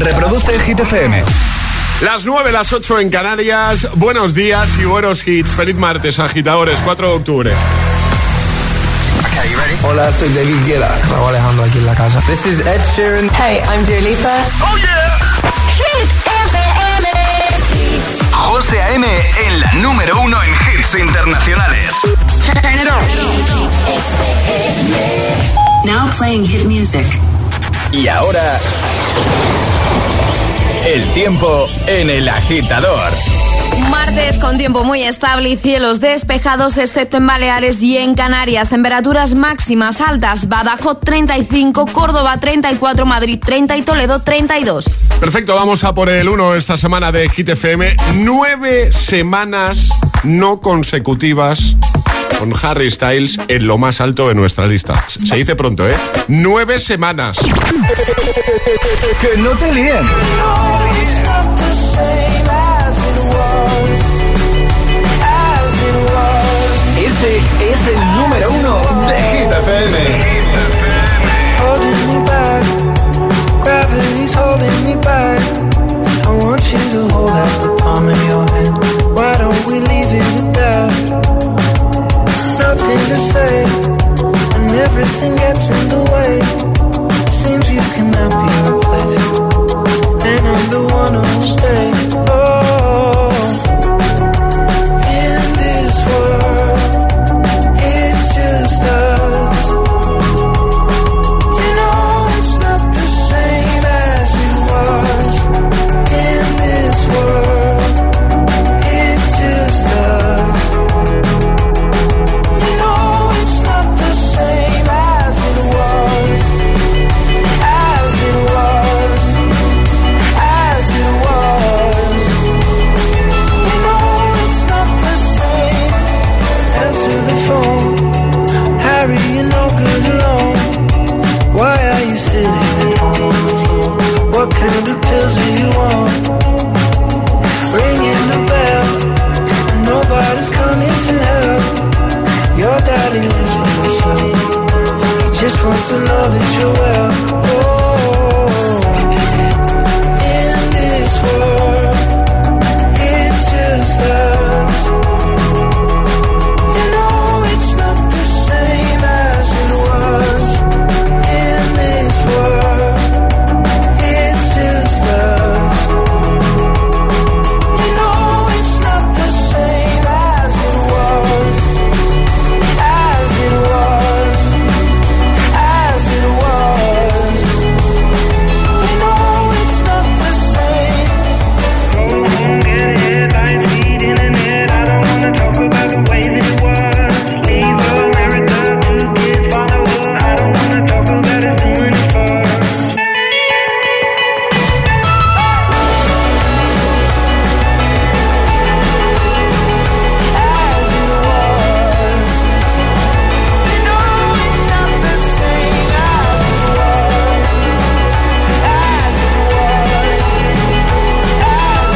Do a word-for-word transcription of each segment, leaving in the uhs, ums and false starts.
Reproduce Hit F M. Las nueve, las ocho en Canarias. Buenos días y buenos hits. Feliz martes, agitadores, cuatro de octubre. Okay, you ready? Hola, soy David Guetta. Raúl Alejandro aquí en la casa. This is Ed Sheeran. Hey, I'm Dua Lipa. Oh yeah. Hit F M. José A M en la número uno en hits internacionales. Turn it on. Now playing hit music. Y ahora, el tiempo en El Agitador. Martes con tiempo muy estable y cielos despejados, excepto en Baleares y en Canarias. Temperaturas máximas altas: Badajoz treinta y cinco, Córdoba treinta y cuatro, Madrid treinta y Toledo treinta y dos. Perfecto, vamos a por el uno esta semana de Hit F M. Nueve semanas no consecutivas con Harry Styles en lo más alto de nuestra lista. Se dice pronto, ¿eh? Nueve semanas. Que no te líen. Este es el número uno de Hit F M. Holding me back, gravity's holding me back. I want you to hold out the palm of your hand. Why don't we leave it at that? Nothing to say, and everything gets in the way. Seems you cannot be replaced, and I'm the one who'll stay. Oh, in this world, it's just us. You know it's not the same as it was. In this world, it's just us. You know it's not the same as it was. As it was. As it was. You know it's not the same. Answer the phone. Harry, you're no good alone. Why are you sitting at home on the floor? What kind of pills are you on? Ringing the bell, and nobody's coming to help. Your daddy lives by himself. He just wants to know that you're well. Oh, in this world, it's just us. You know it's not the same as it was. In this world, it's just us. You know it's not the same as it was. As it was. As it was. You know it's not the same. Go home, get headlines, feed internet. I don't wanna talk about the way that it was. Leave America, two kids, follow her. I don't wanna talk about us doing it first. As it was. You know it's not the same as it was. As it was. As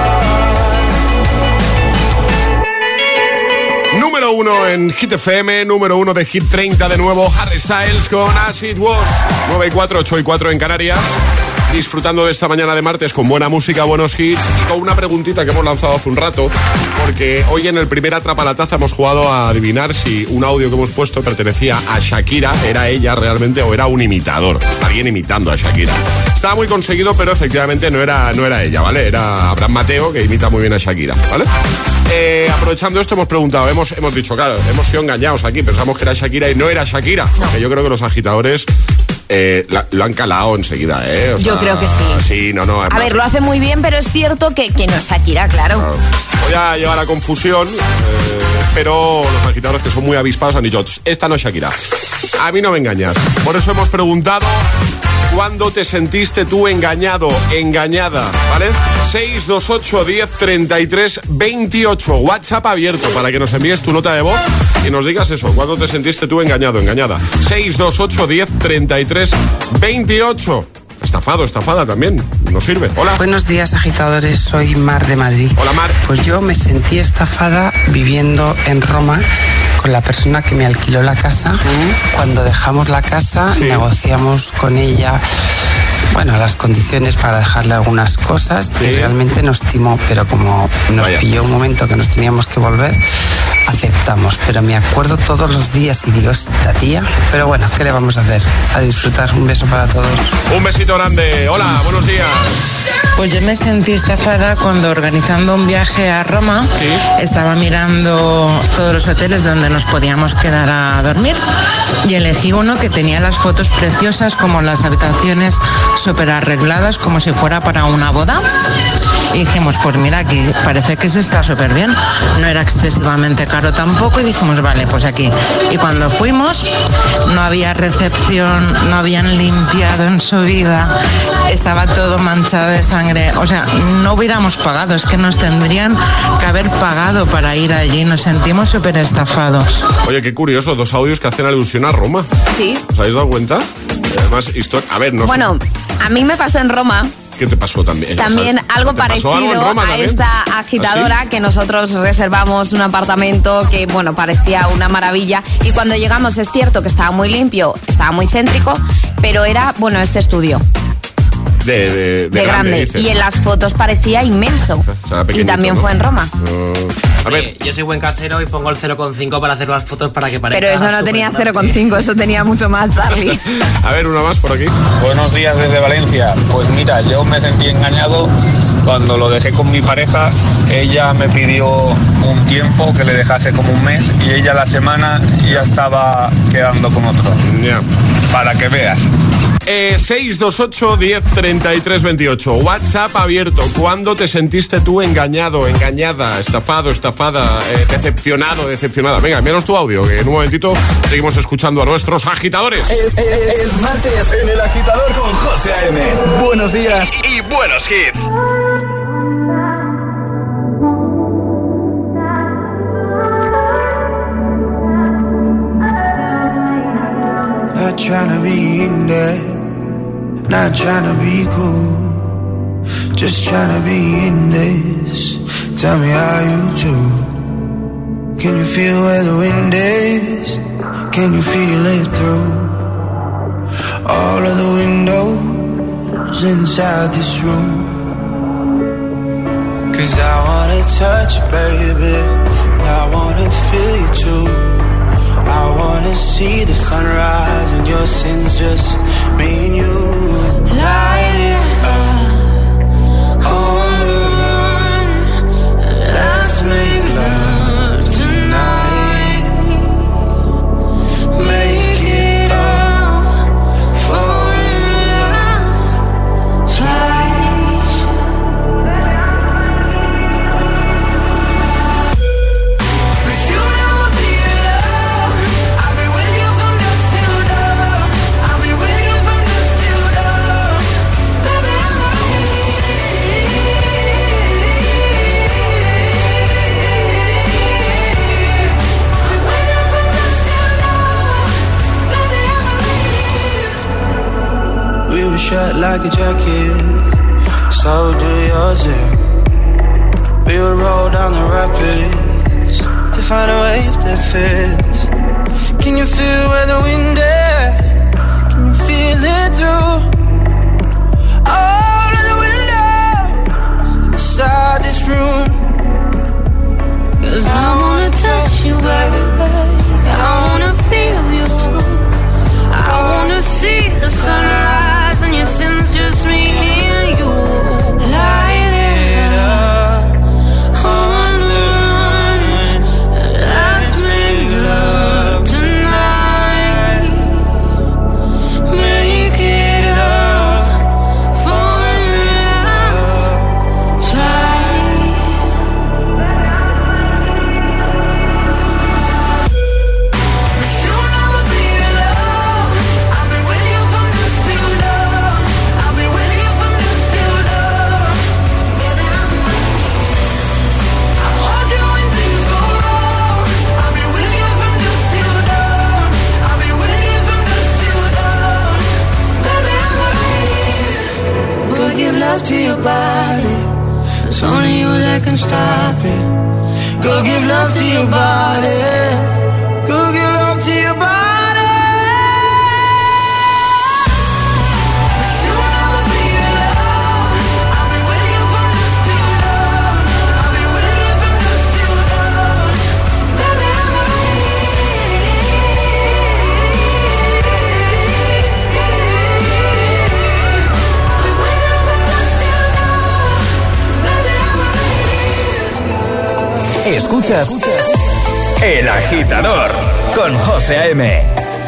it was. Número uno en Hit F M, número uno de Hit treinta de nuevo, Harry Styles con As It Was. nueve y cuatro, ocho y cuatro en Canarias. Disfrutando de esta mañana de martes con buena música, buenos hits y con una preguntita que hemos lanzado hace un rato, porque hoy en el primer Atrapa la Taza hemos jugado a adivinar si un audio que hemos puesto pertenecía a Shakira, era ella realmente o era un imitador, alguien imitando a Shakira. Estaba muy conseguido, pero efectivamente no era, no era ella, ¿vale? Era Abraham Mateo, que imita muy bien a Shakira, ¿vale? Eh, aprovechando esto hemos preguntado, hemos, hemos dicho, claro, hemos sido engañados aquí, pensamos que era Shakira y no era Shakira, no. Que yo creo que los agitadores eh, la, lo han calado enseguida, ¿eh? O sea, yo creo que sí. Sí, no, no. A ver, lo hace muy bien, pero es cierto que, que no es Shakira, claro. claro. Voy a llevar a confusión, eh, pero los agitadores que son muy avispados han dicho, esta no es Shakira. A mí no me engañas. Por eso hemos preguntado, ¿cuándo te sentiste tú engañado, engañada? ¿Vale? seis dos ocho, diez, treinta y tres, veintiocho. WhatsApp abierto para que nos envíes tu nota de voz y nos digas eso. ¿Cuándo te sentiste tú engañado, engañada? seis dos ocho, diez, treinta y tres, veintiocho. Estafado, estafada también. Nos sirve. Hola. Buenos días, agitadores. Soy Mar de Madrid. Hola, Mar. Pues yo me sentí estafada viviendo en Roma con la persona que me alquiló la casa. Uh-huh. Cuando dejamos la casa, sí. negociamos con ella bueno, las condiciones para dejarle algunas cosas sí. y realmente nos timó, pero como nos Vaya. pilló un momento que nos teníamos que volver, aceptamos. Pero me acuerdo todos los días y digo, esta tía, pero bueno, ¿qué le vamos a hacer? A disfrutar. Un beso para todos. Un besito grande. Hola, buenos días. Pues yo me sentí estafada cuando, organizando un viaje a Roma, ¿sí? estaba mirando todos los hoteles donde nos podíamos quedar a dormir y elegí uno que tenía las fotos preciosas, como las habitaciones súper arregladas, como si fuera para una boda. Y dijimos, pues mira, aquí parece que se está súper bien. No era excesivamente caro tampoco y dijimos, vale, pues aquí. Y cuando fuimos, no había recepción, no habían limpiado en su vida, estaba todo manchado de sangre. O sea, no hubiéramos pagado, es que nos tendrían que haber pagado para ir allí. Nos sentimos súper estafados. Oye, qué curioso, dos audios que hacen alusión a Roma. Sí. ¿Os habéis dado cuenta? Además, historia... A ver, no Bueno, sé. a mí me pasó en Roma. ¿Qué te pasó también? También o sea, algo parecido algo a también? esta agitadora. ¿Ah, sí? Que nosotros reservamos un apartamento que, bueno, parecía una maravilla. Y cuando llegamos es cierto que estaba muy limpio, estaba muy céntrico, pero era, bueno, este estudio. De, de, de, de grande, grande. Y en las fotos parecía inmenso. O sea, y también ¿no? fue en Roma. Uh, a ver. Oye, yo soy buen casero y pongo el cero coma cinco para hacer las fotos para que parezca. Pero eso no tenía cero coma cinco, eso tenía mucho más, Charlie. A ver, uno más por aquí. Buenos días desde Valencia. Pues mira, yo me sentí engañado cuando lo dejé con mi pareja. Ella me pidió un tiempo, que le dejase como un mes, y ella la semana ya estaba quedando con otro. Ya. Yeah. Para que veas. Eh, seis dos ocho, diez, treinta y tres, veintiocho. WhatsApp abierto. ¿Cuándo te sentiste tú engañado, engañada, estafado, estafada, eh, decepcionado, decepcionada? Venga, envíanos tu audio, que en un momentito seguimos escuchando a nuestros agitadores. Es, es, es martes en El Agitador con José A M. Buenos días y, y buenos hits. Not tryna be in there, not tryna be cool, just tryna be in this. Tell me how you do. Can you feel where the wind is? Can you feel it through all of the windows inside this room? Cause I wanna touch you, baby, and I wanna feel you too. I wanna see the sunrise and your sins, just me and you. Light it up on the run. Let's make love tonight. Make it up, fall in love twice. But you never feel love. I'll be with you from dusk till dawn. I'll be with you from dusk till dawn. Baby, I'm ready. We were shut like a jacket, so do yours. Yeah. We would roll down the rapids to find a wave that fits. Can you feel where the wind is? Can you feel it through all of the windows inside this room? Cause I wanna touch you, baby, I wanna feel you too. I wanna see the sunrise and your sins, just me and you. Light it up on the run. Let's make love tonight. Make it up, fall in love twice. But you never feel love. I'll be with you from dusk till dawn. I'll be with you from dusk till dawn. Baby, I'm I'll hold you when things go wrong. I'll be with you from dusk till dawn. I'll be with you from dusk till dawn. Baby, I'm ready. Go give love to your body. It's only you that can stop it. Go give love to your body. Go give love to your body. But you never escuchas El Agitador con José A M.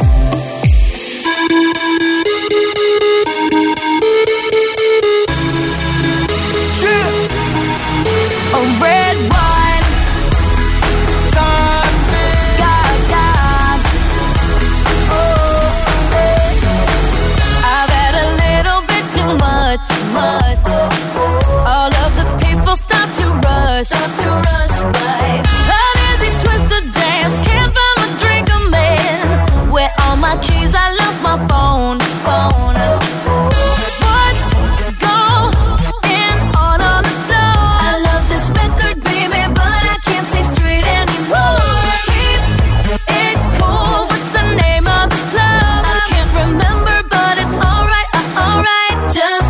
Much. All of the people stop to rush, stop to rush by. An easy twist to dance, can't find my drink, a man. Where all my keys? I lost my phone, phone. What's going on on the floor? I love this record, baby, but I can't see straight anymore. Keep it cool. What's the name of the club? I can't remember, but it's alright, uh, alright. Just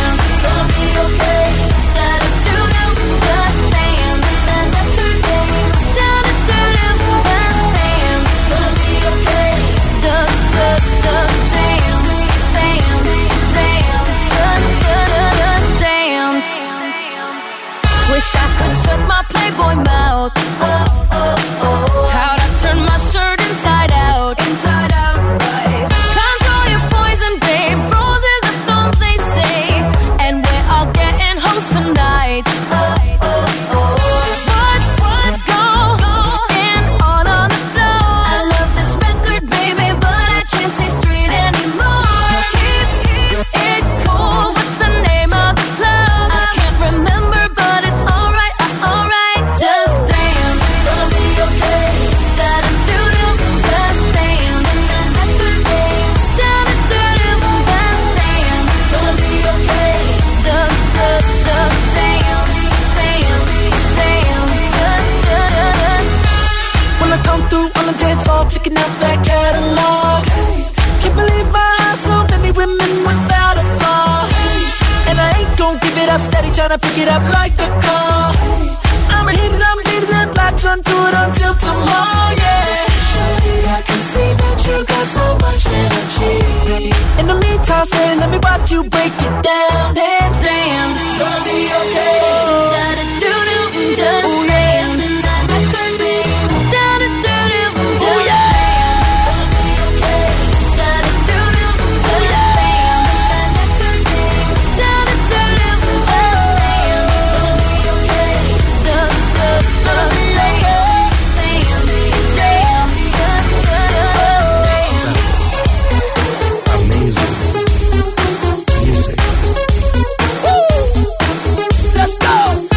wish I could shut my Playboy mouth. Oh, oh, oh. How'd I turn my shirt inside out? Inside out, right. Control your poison, babe. Roses are thorns, they say. And we're all getting hoes tonight. Oh, oh, oh. What's, what's going on on the floor? I love this record, baby, but I can't see straight anymore. Keep it cool. What's the name of the club? I can't remember, but it's alright, uh, alright. Just dance, gonna be okay. Da da do do, just dance. Da da do do, da da do do, just dance. Gonna be okay. Da da da, dance, dance, dance. Da da da. When I come through on the dance floor, checking out that catalog. Can't believe I have so many women without a flaw. And I ain't gon' give it up, steady tryna pick it up like a call. I'ma hit it, I'ma hit it up, latch onto it until tomorrow, yeah. Shorty, I can see that you got so much energy. In the meantime, stay, let me watch you break it down. Dance, dance, gonna be okay. Da da do do, just Ooh, yeah. dance. Da da do do, da da do do, just dance. Gonna be okay. Da da do do, just dance. Da da do do, da da do do, just dance. Gonna be okay. Da da da, dance, dance, dance, Amazing music. let's go.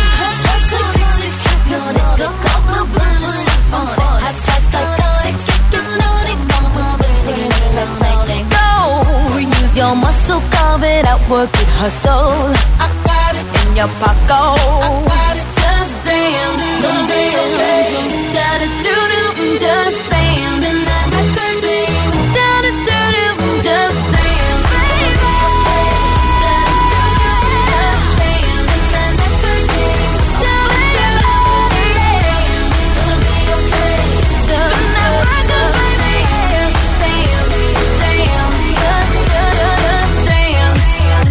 Go, use your muscle, carve it out, work it, hustle. I got it in your pocket. I got it, just dance, gonna be okay. Da da do do, just dance. Da da do do, just dance, baby. Da da do do, just dance. Da da do do, gonna be okay. Da da do do, baby. Dance, dance, just dance.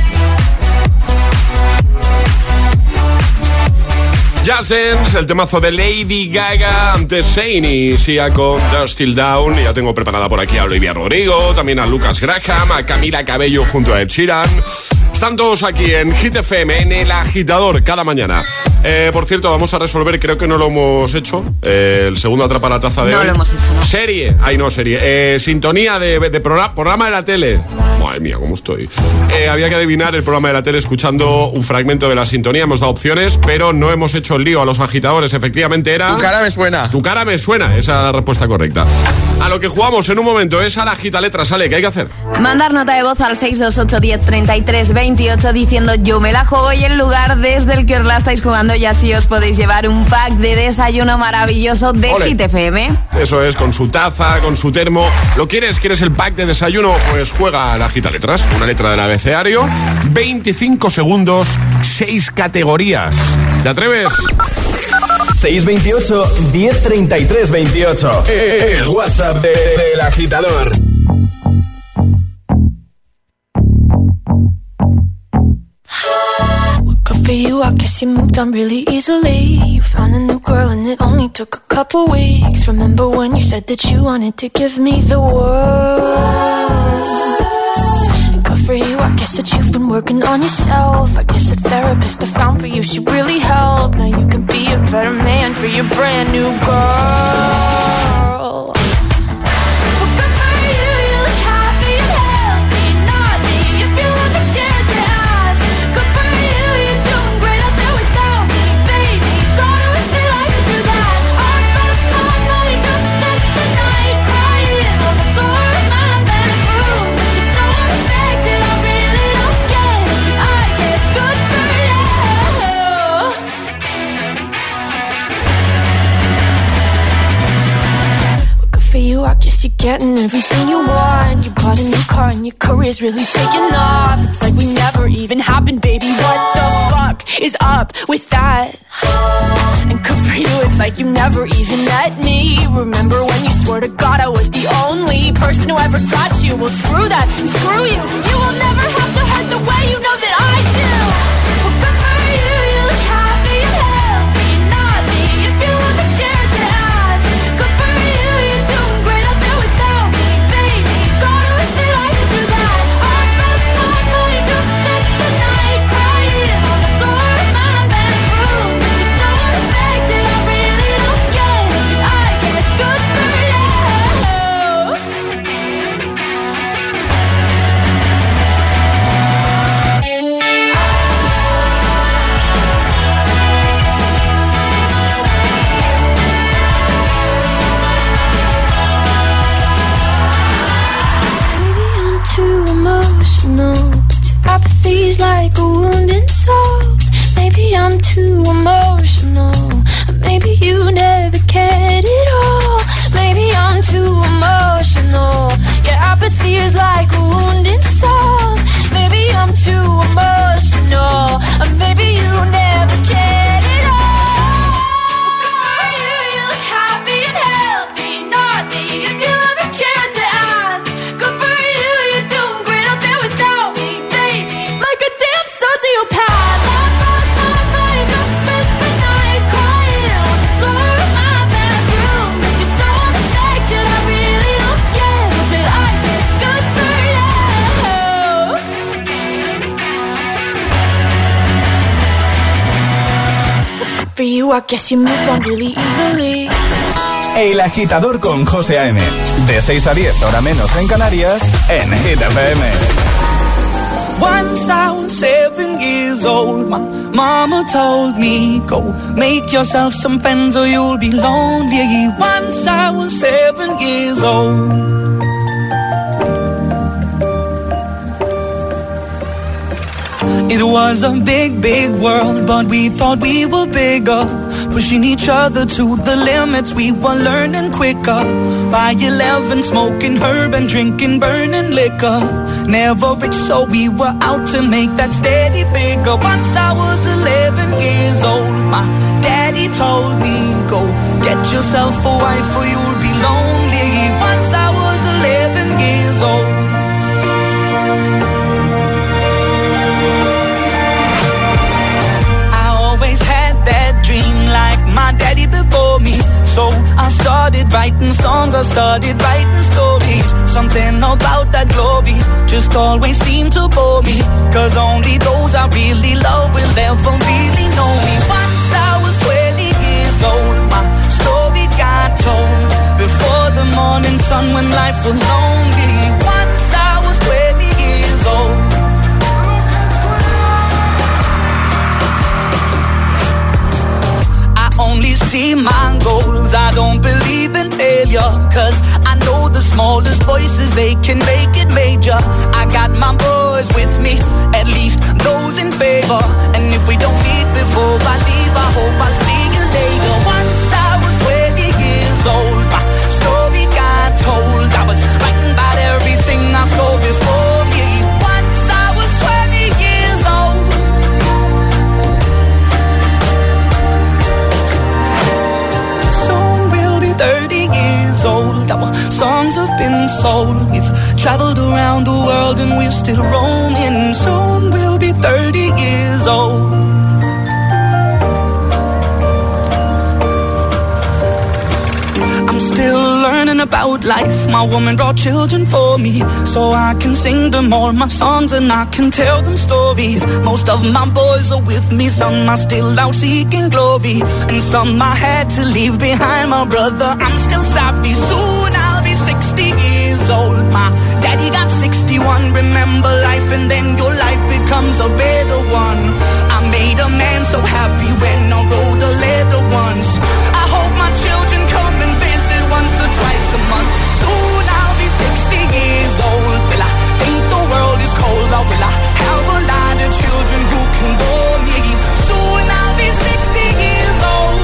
Just Dance, el temazo de Lady Gaga, antes Zayn y Sia con Just Still Down. Y ya tengo preparada por aquí a Olivia Rodrigo, también a Lucas Graham, a Camila Cabello junto a Ed Sheeran. Están todos aquí en Hit F M, en El Agitador, cada mañana. Eh, por cierto, vamos a resolver, creo que no lo hemos hecho, eh, el segundo Atrapa la Taza de No hoy. lo hemos hecho, ¿no? Serie, ay no, serie. Eh, sintonía de, de programa, programa de la tele. Madre mía, cómo estoy. Eh, había que adivinar el programa de la tele escuchando un fragmento de la sintonía. Hemos dado opciones, pero no hemos hecho el lío a los agitadores. Efectivamente era... Tu cara me suena. Tu cara me suena, esa es la respuesta correcta. A lo que jugamos en un momento es a la agita letra. Sale, ¿qué hay que hacer? Mandar nota de voz al seis dos ocho, diez, treinta y tres, veintiocho diciendo yo me la juego y el lugar desde el que os la estáis jugando, y así os podéis llevar un pack de desayuno maravilloso de Ole. Hit F M. Eso es, con su taza, con su termo. ¿Lo quieres? ¿Quieres el pack de desayuno? Pues juega a la agita letras. Una letra del abecedario, veinticinco segundos, seis categorías. ¿Te atreves? seis veintiocho, diez treinta y tres, veintiocho. El WhatsApp de, del agitador. for you, I guess you moved on really easily. You found a new girl and it only took a couple weeks. Remember when you said that you wanted to give me the world? And good for you, I guess that you've been working on yourself. I guess the therapist I found for you, she really helped. Now you can be a better man for your brand new girl. I guess you're getting everything you want. You bought a new car and your career's really taking off. It's like we never even happened, baby. What the fuck is up with that? And good for you, it's like you never even met me. Remember when you swore to God I was the only person who ever got you? Well, screw that and screw you. You will never have to hurt the way you know that I do. Well, good for you, you look happy and healthy. Not me, if you ever cared to ask. Good for you, you're doing great out there without me, baby. God, I wish that I could do that. I lost my mind, I've spent the night crying on the floor of my bedroom. But you're so unaffected, I really don't get it. I guess good for you. Too emotional, but your apathy's like a wounded soul. Maybe I'm too emotional, or maybe you never cared at all. Maybe I'm too emotional, your apathy is like a wounded soul. Maybe I'm too emotional, or maybe you never cared at all. Are you, you look happy and healthy, not me, if you ever cared to ask. Good for you, you're doing great out there without me, baby. Like a damn sociopath. I've lost my mind, I've spent the night crying on the floor of my bedroom. But you're so unaffected, I really don't get it. But I guess good for you. Good for you, I guess you moved on really easily. El Agitador con José A M. De seis a diez, hora menos en Canarias, en Hit F M. Once I was seven years old, my mama told me, go make yourself some friends or you'll be lonely. Once I was seven years old. It was a big, big world, but we thought we were bigger. Pushing each other to the limits, we were learning quicker. By eleven, smoking herb and drinking burning liquor. Never rich, so we were out to make that steady figure. Once I was eleven years old, my daddy told me, go get yourself a wife or you'll be lonely. Once I was eleven years old. Like my daddy before me, so I started writing songs, I started writing stories. Something about that glory just always seemed to bore me, cause only those I really love will ever really know me. Once I was twenty years old, my story got told before the morning sun when life was lonely. Once I was twenty years old. Only see my goals, I don't believe in failure, cause I know the smallest voices, they can make it major. I got my boys with me, at least those in favor. And if we don't meet before I leave, I hope I'll see you later. Once I was twenty years old, my story got told. I was writing about everything I saw before me. Once I was twenty years old. thirty years old, our songs have been sold. We've traveled around the world and we're still roaming. Soon we'll be thirty years old. about life. My woman brought children for me, so I can sing them all my songs and I can tell them stories. Most of my boys are with me, some are still out seeking glory, and some I had to leave behind. My brother, I'm still sorry. Soon I'll be sixty years old. My daddy got sixty-one. Remember life and then your life becomes a better one. I made a man so happy when I wrote a letter once. I hope my children come and visit once or twice a month. Soon I'll be sixty years old. Will I think the world is cold, or will I have a lot of children who can bore me? Soon I'll be sixty years old.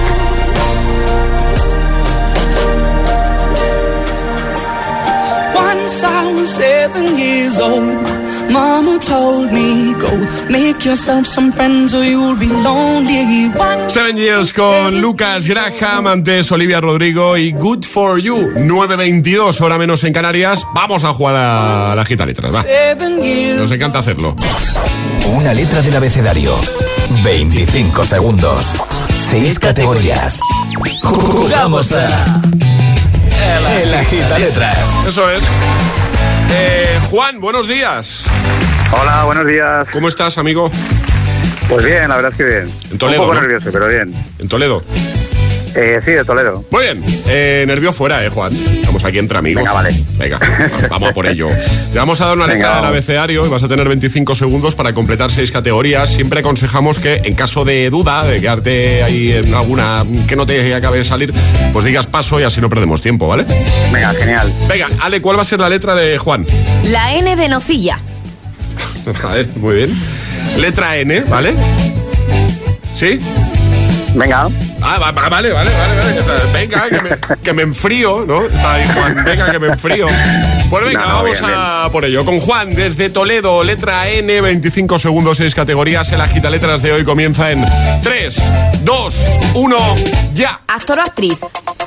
Once I was seven years old. Mama told me, go make yourself some friends or you'll be lonely. One Seven Years con Lucas Graham, antes Olivia Rodrigo y Good For You. nueve veintidós, hora menos en Canarias. Vamos a jugar a la gita letras, va. Nos encanta hacerlo. Una letra del abecedario. veinticinco segundos. seis categorías. Jugamos a El Agita Letras. Eso es. Eh, Juan, buenos días. Hola, buenos días. ¿Cómo estás, amigo? Pues bien, la verdad es que bien. En Toledo, un poco ¿no? nervioso, pero bien. ¿En Toledo? Eh, sí, de Toledo. Muy bien. Eh, nervio fuera, eh, Juan. Estamos aquí entre amigos. Venga, vale. Venga, vamos a por ello. Te vamos a dar una Venga, letra del vamos. abecedario y vas a tener veinticinco segundos para completar seis categorías. Siempre aconsejamos que, en caso de duda, de quedarte ahí en alguna que no te acabe de salir, pues digas paso y así no perdemos tiempo, ¿vale? Venga, genial. Venga, Ale, ¿cuál va a ser la letra de Juan? La N de nocilla. A ver, muy bien. Letra N, ¿vale? ¿Sí? Venga. Ah, va, va, vale, vale, vale, vale. Venga, que me, que me enfrío, ¿no? Está ahí Juan, venga, que me enfrío. Pues venga, No, no, vamos bien, a bien. por ello. Con Juan, desde Toledo, letra N, veinticinco segundos, seis categorías. El Agita Letras de hoy comienza en tres, dos, uno, ya. Actor o actriz.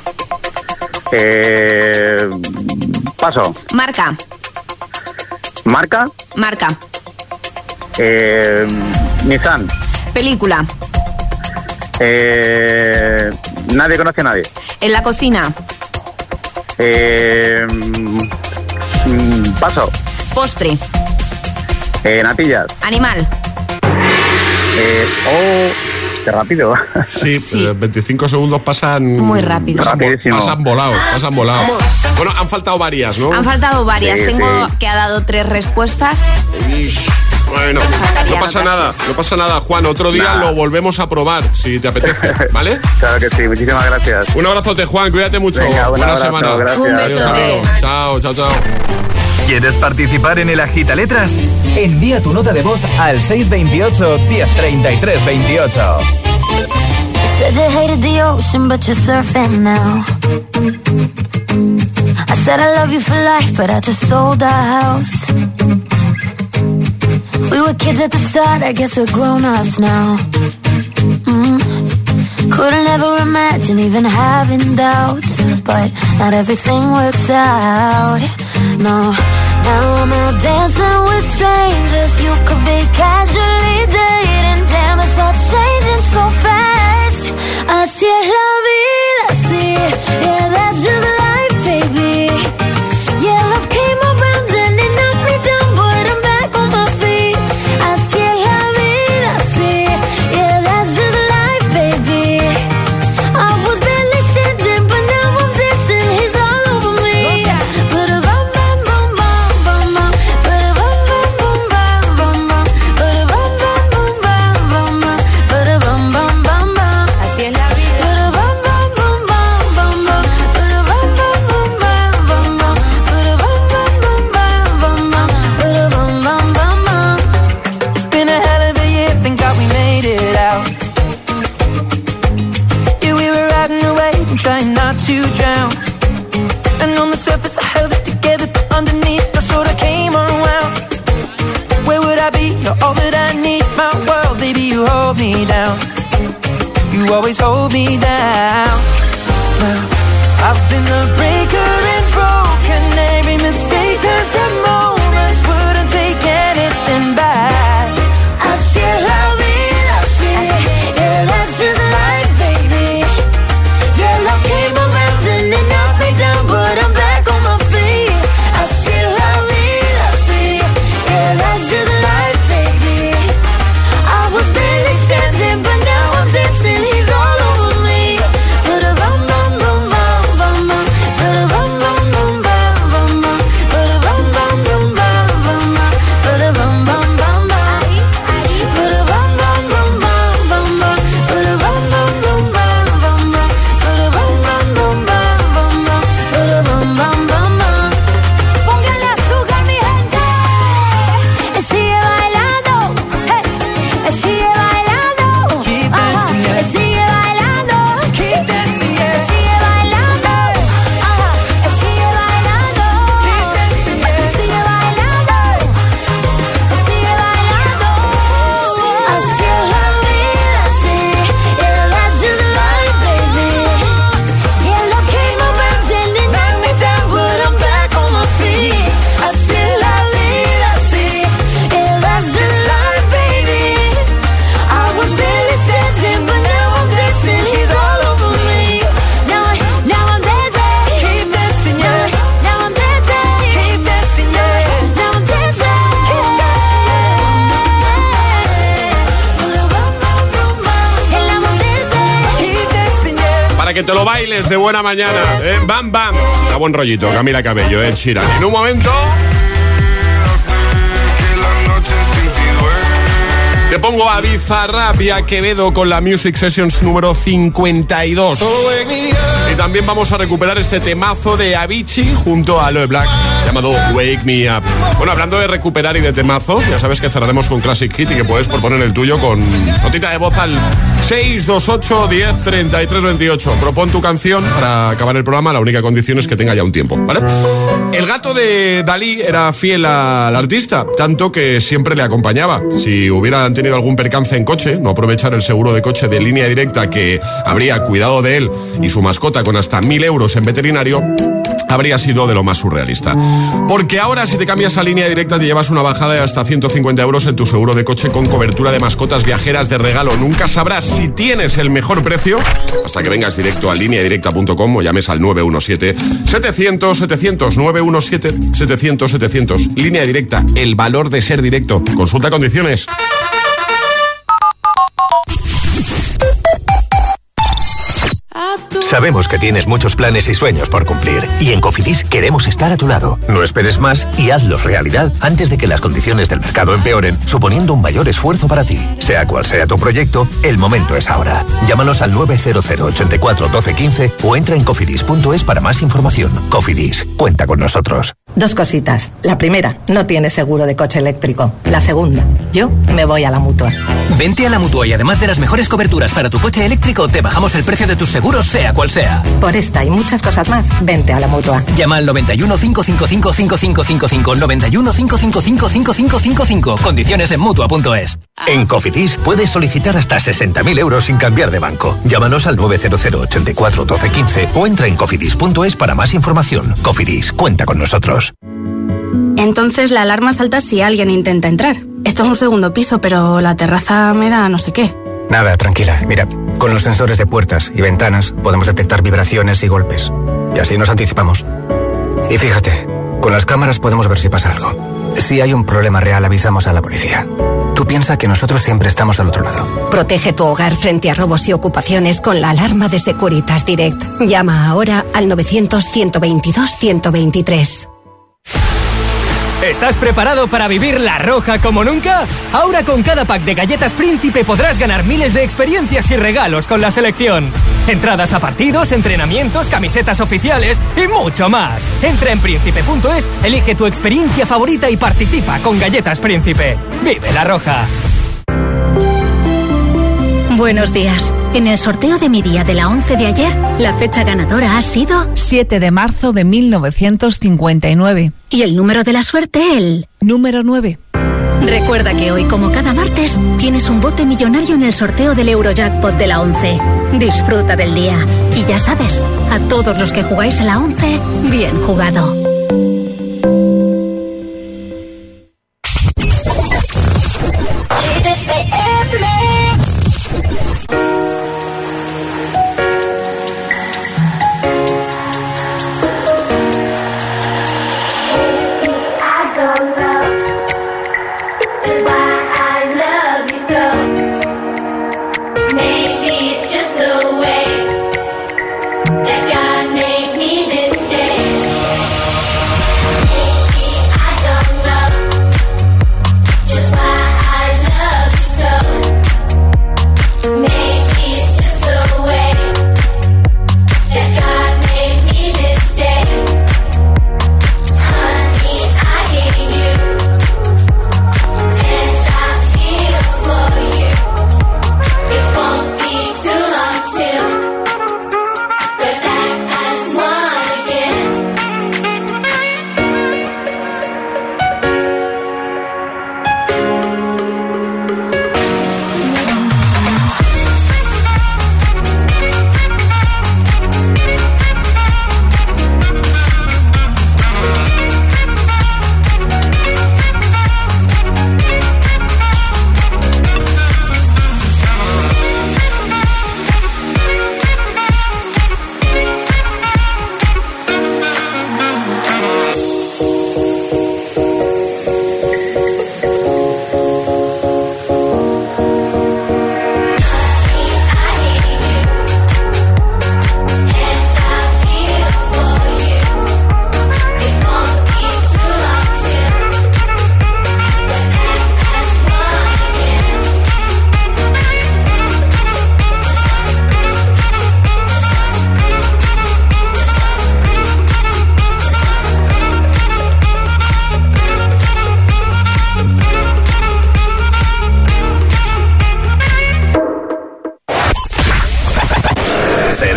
Eh, paso. Marca. Marca. Marca. Eh, Nissan. Película. Eh, nadie conoce a nadie. En la cocina. Eh, mm, paso. Postre. Eh, natillas. Animal. Eh, oh, qué rápido. Sí, pero veinticinco segundos pasan... Muy rápido. Pasan, vo- Rapidísimo. pasan volados, pasan volados. Bueno, han faltado varias, ¿no? Han faltado varias. Sí, Tengo sí. que ha dado tres respuestas. Ish, Bueno, Faltarían no pasa otras nada, tres. no pasa nada, Juan. Otro día Nah. lo volvemos a probar, si te apetece, ¿vale? Claro que sí, muchísimas gracias. Un abrazote, Juan, cuídate mucho. Venga, un Buena abrazo, semana. gracias. Un Adiós, besote. amigo. Chao, chao, chao. ¿Quieres participar en el Agita Letras? Envía tu nota de voz al seis veintiocho, diez treinta y tres veintiocho. Said you hated the ocean, but you're surfing now. I said I love you for life, but I just sold our house. We were kids at the start, I guess we're grown-ups now. Mm. Couldn't ever imagine even having doubts, but not everything works out. No, now I'm out dancing with strangers. You could be casually dating. Damn, it's all changing so fast. Así es la vida, sí. Yeah, that's just life, baby. Yeah, love came around and it knocked me down, but I'm back on my feet. Así es la vida, sí. Yeah, that's just life, baby. I was barely standing, but now I'm dancing. He's all over me. Ba-da-bum, bum, bum, bum, bum, bum. Ba-da-bum, bum, bum, bum, bum, bum. Ba-da-bum, bum, bum, bum, bum, bum. Ba-da-bum, bum, bum, bum. Así es la vida. Ba-da-bum, bum, bum, bum, bum, bum. Ba-da-bum, bum, bum, bum, bum, bum. Ba-da-bum, bum, bum, bum, bum, bum. Ba-da-bum, bum, bum, bum. It's been a hell of a year, thank God we made it out. Yeah, we were riding away and trying not to drown. And on the surface I held it together, but underneath I sort of came unwound. Where would I be? You're all that I need, my world, baby, you hold me down. You always hold me down. Well, I've been the breaker and broken. Every mistake turns to moments. Wouldn't take anything back. Así es la vida, sí. Yeah, that's just life, baby. Yeah, love came around and it knocked me down, but I'm back que te lo bailes de buena mañana. ¿eh? Bam, bam. Da buen rollito, Camila Cabello, eh, Sheeran. En un momento... te pongo a Bizarrap y a Quevedo con la Music Sessions número cincuenta y dos. Y también vamos a recuperar este temazo de Avicii junto a Aloe Black llamado Wake Me Up. Bueno, hablando de recuperar y de temazos, ya sabes que cerraremos con Classic Hit y que puedes proponer el tuyo con notita de voz al seis dos ocho, diez, treinta y tres, veintiocho. Propon tu canción para acabar el programa, la única condición es que tenga ya un tiempo, ¿vale? El gato de Dalí era fiel al artista, tanto que siempre le acompañaba. Si hubieran tenido algún percance en coche, no aprovechar el seguro de coche de Línea Directa que habría cuidado de él y su mascota con hasta mil euros en veterinario, habría sido de lo más surrealista. Porque ahora, si te cambias a Línea Directa, te llevas una bajada de hasta ciento cincuenta euros en tu seguro de coche con cobertura de mascotas viajeras de regalo. Nunca sabrás si tienes el mejor precio hasta que vengas directo a línea directa punto com o llames al nueve uno siete, setecientos, setecientos, nueve uno siete, setecientos, setecientos. Línea Directa, el valor de ser directo. Consulta condiciones. Sabemos que tienes muchos planes y sueños por cumplir y en Cofidis queremos estar a tu lado. No esperes más y hazlos realidad antes de que las condiciones del mercado empeoren, suponiendo un mayor esfuerzo para ti. Sea cual sea tu proyecto, el momento es ahora. Llámanos al nueve cero cero, ochenta y cuatro, doce, quince o entra en cofidis punto es para más información. Cofidis, cuenta con nosotros. Dos cositas. La primera, no tienes seguro de coche eléctrico. La segunda, yo me voy a la Mutua. Vente a la Mutua y además de las mejores coberturas para tu coche eléctrico, te bajamos el precio de tus seguros, sea cual sea. Por esta y muchas cosas más, vente a la Mutua. Llama al noventa y uno, cinco cinco cinco, cinco cinco cinco cinco, noventa y uno, cinco cinco cinco, cinco cinco cinco cinco. Condiciones en Mutua punto es. En Cofidis puedes solicitar hasta sesenta mil euros sin cambiar de banco. Llámanos al nueve cero cero, ochenta y cuatro, doce, quince o entra en cofidis punto es para más información. Cofidis, cuenta con nosotros. Entonces la alarma salta si alguien intenta entrar. Esto es un segundo piso, pero la terraza me da no sé qué. Nada, tranquila. Mira, con los sensores de puertas y ventanas podemos detectar vibraciones y golpes. Y así nos anticipamos. Y fíjate, con las cámaras podemos ver si pasa algo. Si hay un problema real, avisamos a la policía. Tú piensa que nosotros siempre estamos al otro lado. Protege tu hogar frente a robos y ocupaciones con la alarma de Securitas Direct. Llama ahora al novecientos, ciento veintidós, ciento veintitrés. ¿Estás preparado para vivir La Roja como nunca? Ahora con cada pack de galletas Príncipe podrás ganar miles de experiencias y regalos con la selección. Entradas a partidos, entrenamientos, camisetas oficiales y mucho más. Entra en príncipe punto es, elige tu experiencia favorita y participa con Galletas Príncipe. ¡Vive La Roja! Buenos días. En el sorteo de mi día de la once de ayer, la fecha ganadora ha sido siete de marzo de mil novecientos cincuenta y nueve. Y el número de la suerte, el número nueve. Recuerda que hoy, como cada martes, tienes un bote millonario en el sorteo del Eurojackpot de la once. Disfruta del día. Y ya sabes, a todos los que jugáis a la once, bien jugado.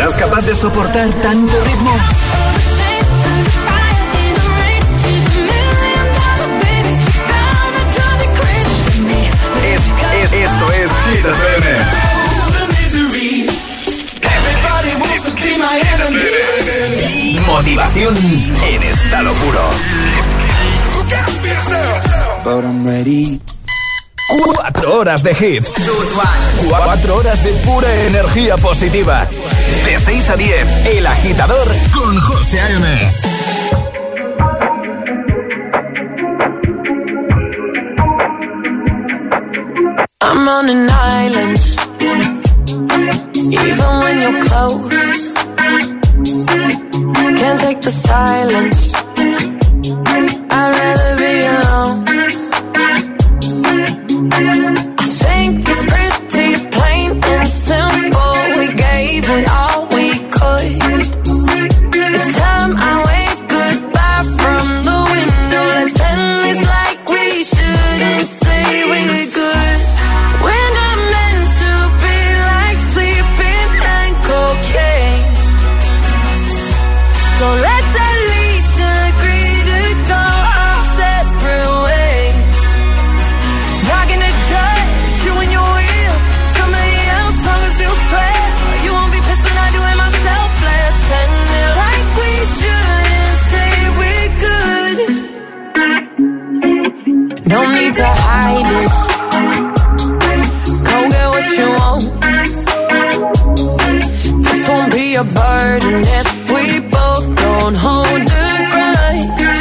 ¿Serás capaz de soportar tanto ritmo? Es, es, esto es Hit F M. Motivación en estado puro. But I'm ready. Cuatro horas de hits. Cuatro horas de pura energía positiva. De seis a diez, El Agitador con José A M. I'm on an island. Even when you're close, can't take the silence. I'd rather be alone. I think it's pretty plain and simple. We gave it all we could. It's time I wave goodbye from the window. Let's end this like we shouldn't say we're good. We're not meant to be like sleeping and cocaine. So let's at least agree to go our separate ways. Not gonna judge you when you're real. Somebody else, long as you fail. You won't be pissed when I do it myself. Let's end it like we shouldn't say we're good. No need to hide it. Go get what you want. This won't be a burden if we both don't hold a grudge.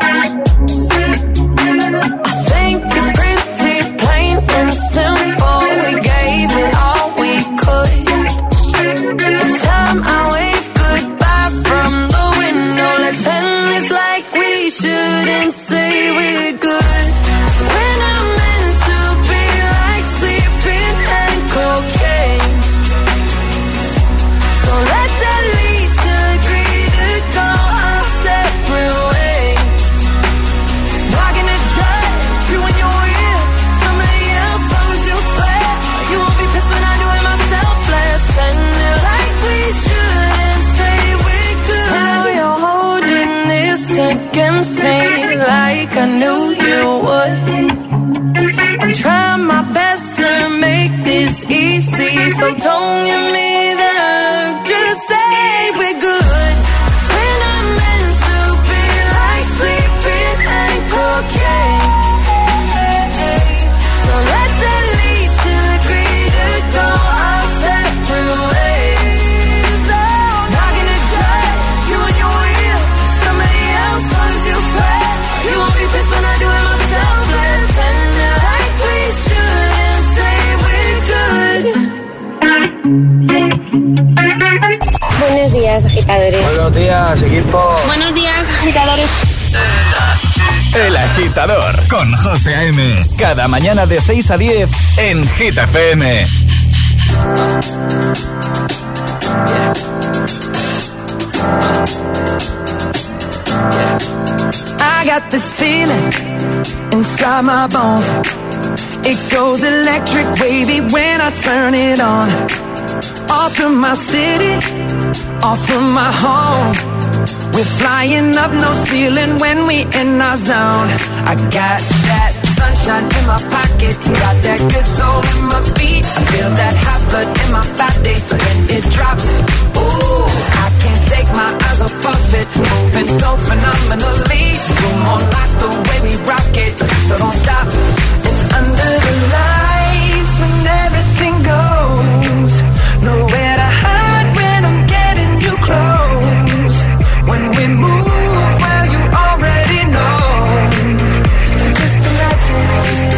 I think it's pretty plain and simple. We gave it all we could. It's time I wave goodbye from the window. Let's end this like we shouldn't say we're good. We're not meant to be like sleeping and cocaine. So let's at least agree to go our separate ways. Not gonna judge you when you're real. Somebody else, long as you fail. You won't be pissed when I do it myself. Let's end it like we shouldn't say we're good. Now you're holding this against me like I knew you would. I'm trying my best to make this easy, so don't give me that look. Just say we're good. We're not meant to be like sleeping and cocaine. So let's at least agree to go our separate ways. Not gonna judge you when you're real. Somebody else, long as you fail. You won't be pissed when I do it myself. Let's end it like we shouldn't say we're good. Buenos días, agitadores. Buenos días, equipo. Buenos días, agitadores. El Agitador con José A M. Cada mañana de seis a diez en Hit F M. I got this feeling inside my bones. It goes electric wavy when I turn it on. Off from my city, off from my home. We're flying up, no ceiling when we in our zone. I got that sunshine in my pocket, got that good soul in my feet. I feel that hot blood in my body when it drops. Ooh, I can't take my eyes off of it, moving so phenomenally. You're more like the way we rock it, so don't stop. And under the lights, when everything goes, nowhere to hide when I'm getting you close. When we move, well, you already know. So just imagine.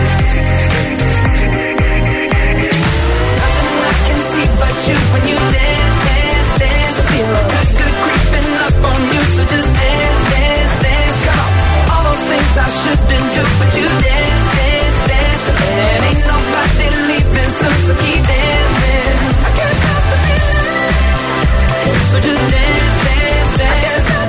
Nothing I can see but you when you dance, dance, dance. Feel good, good creeping up on you. So just dance, dance, dance. Come on. All those things I shouldn't do, but you dance, dance, dance. And ain't nobody leaving soon, so keep dancing. I can't stop the feeling. So just dance, dance, dance.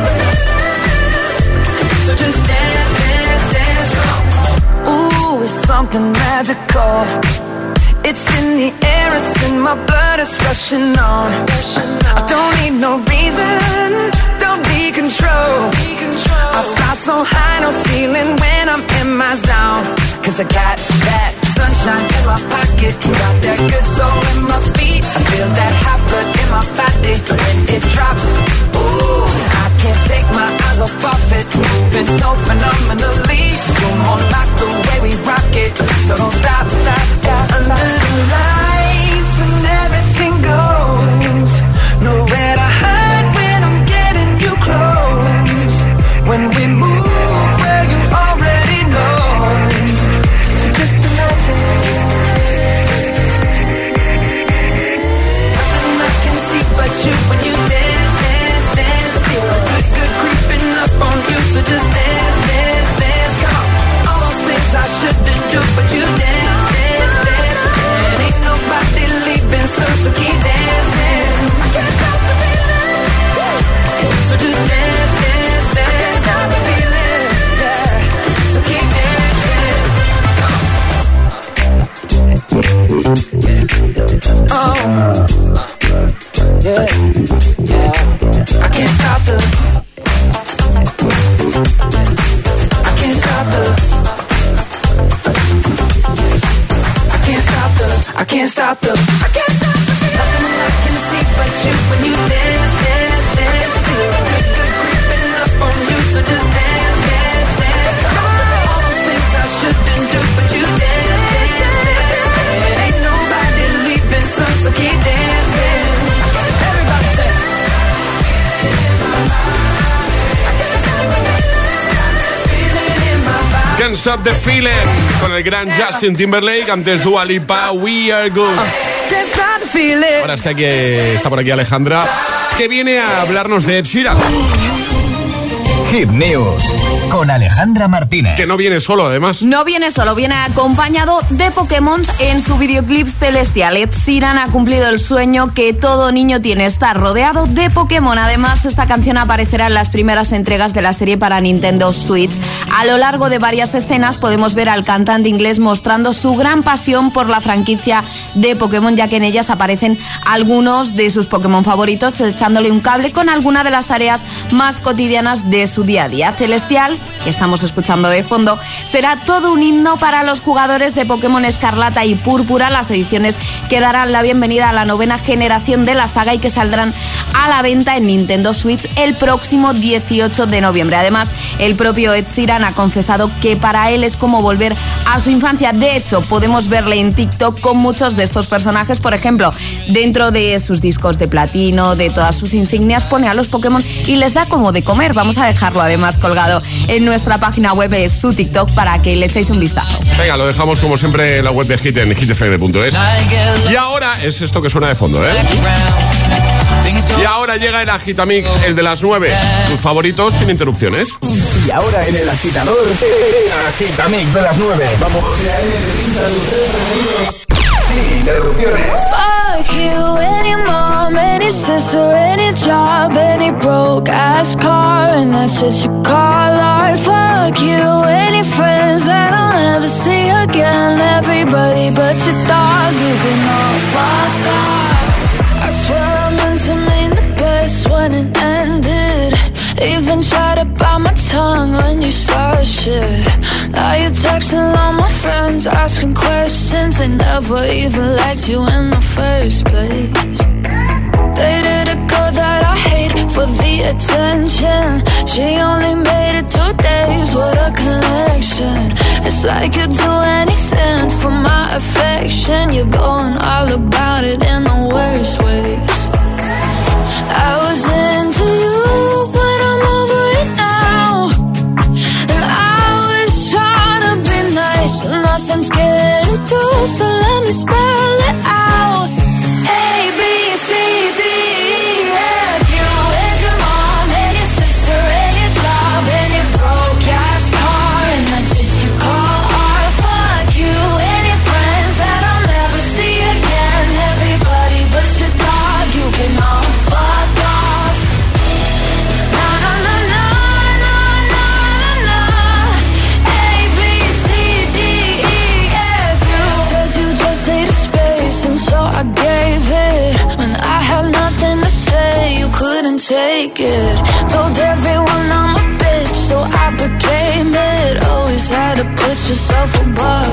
So just dance, dance, dance. Ooh, it's something magical. It's in the air, it's in my blood is rushing on. I don't need no reason, don't be control. I fly so high, no ceiling when I'm in my zone. Cause I got that sunshine in my pocket, got that good soul in my feet. I feel that hot blood in my body when it drops. Ooh, I can't take my eyes off of it, moving so phenomenally. You're more like the way we rock it, so don't stop, stop, stop. Under the lights when everything goes, nowhere to hide when I'm getting you close. When we move where you already know, so just imagine. Nothing I can see but you when you dance, dance, dance. Feel good, good creeping up on you, so just dance, dance, dance. Come on, all those things I shouldn't do, but you dance, dance, dance. And ain't nobody leaving, so, so keep dancing. I can't stop the feeling, so just dance, dance, dance. I can't stop the feeling, yeah. So keep dancing. Oh, yeah, yeah. I can't stop the. I can't stop the. I can't stop the. I can't stop the. I can't stop the. Nothing I can see but you when you dance, dance, dance. Feel good, good creeping up on you, so just dance, dance, dance. All those things I shouldn't do, but you dance, dance, dance. And ain't nobody leaving, so so keep dancing. Everybody say. Can't Stop the Feeling con el gran Justin Timberlake, antes Dua Lipa, We Are Good. Ahora está, aquí, está por aquí Alejandra, que viene a hablarnos de Ed Sheeran. Hit News con Alejandra Martínez. Que no viene solo, además. No viene solo, viene acompañado de Pokémon en su videoclip Celestial. Ed Sheeran ha cumplido el sueño que todo niño tiene, estar rodeado de Pokémon. Además, esta canción aparecerá en las primeras entregas de la serie para Nintendo Switch. A lo largo de varias escenas podemos ver al cantante inglés mostrando su gran pasión por la franquicia de Pokémon, ya que en ellas aparecen algunos de sus Pokémon favoritos, echándole un cable con alguna de las tareas más cotidianas de su día a día. Celestial, que estamos escuchando de fondo, será todo un himno para los jugadores de Pokémon Escarlata y Púrpura, las ediciones que darán la bienvenida a la novena generación de la saga y que saldrán a la venta en Nintendo Switch el próximo dieciocho de noviembre. Además, el propio Ed Sheeran ha confesado que para él es como volver a su infancia. De hecho, podemos verle en TikTok con muchos de estos personajes. Por ejemplo, dentro de sus discos de platino, de todas sus insignias, pone a los Pokémon y les da como de comer. Vamos a dejarlo además colgado en nuestra página web, es su TikTok, para que le echéis un vistazo. Venga, lo dejamos como siempre en la web de Hit, en hit f m punto es. Y ahora es esto que suena de fondo, ¿eh? Y ahora llega el Agitamix, el de las nueve. Tus favoritos sin interrupciones. Y ahora en el agitador, el Agitamix de las nueve. Vamos. Sin interrupciones. Fuck you, any mom, any sister, any job, any broke ass car, and that's what you call art. Fuck you, any friends that I'll never see again. Everybody but your dog, you can all fuck off. I swear I meant to mean the best when it ended. Even tried to bite my tongue when you started shit. Now you're texting all my friends, asking questions. They never even liked you in the first place. Dated a girl that I hate for the attention. She only made it two days, what a connection. It's like you'd do anything for my affection. You're going all about it in the worst ways. I was into you, but I'm over it now. And I was trying to be nice, but nothing's getting through, so let me spell it out. A, B, C, D, E, F. You and your mom, and your sister, and your job, and your broke ass car, and that shit you call art. Fuck you and your friends that I'll never see again. Everybody but your dog, you and so I gave it. When I had nothing to say, you couldn't take it. Told everyone I'm a bitch, so I became it. Always had to put yourself above.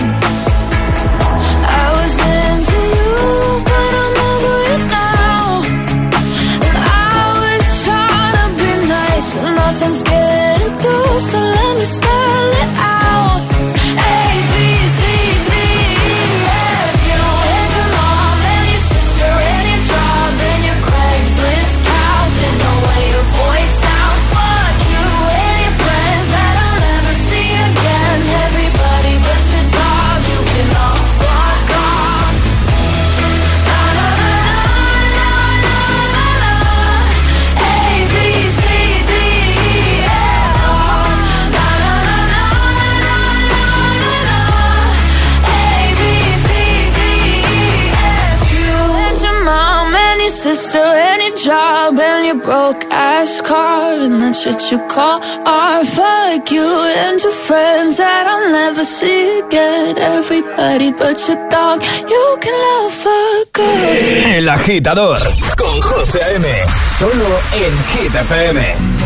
I was into you, but I'm over it now. And I was trying to be nice, but nothing's getting through, so let me spell it out. A, B, C, D, E, F, you and your mom and your sister and your job and your Craigslist couch and the way your voice sounds. Fuck you and your friends that I'll never see again. Everybody but your dog, you can all fuck off. Na na na na na na na. A, B, C, D, E, F. Na na na na na na na. A, B, C, D, E, F. You and your mom and your sister and your job and your broke ass car and that shit you call art. Fuck you and your friends that I'll never see again. Everybody but your dog, you can love fuck us. El Agitador con José A M. Solo en Hit F M.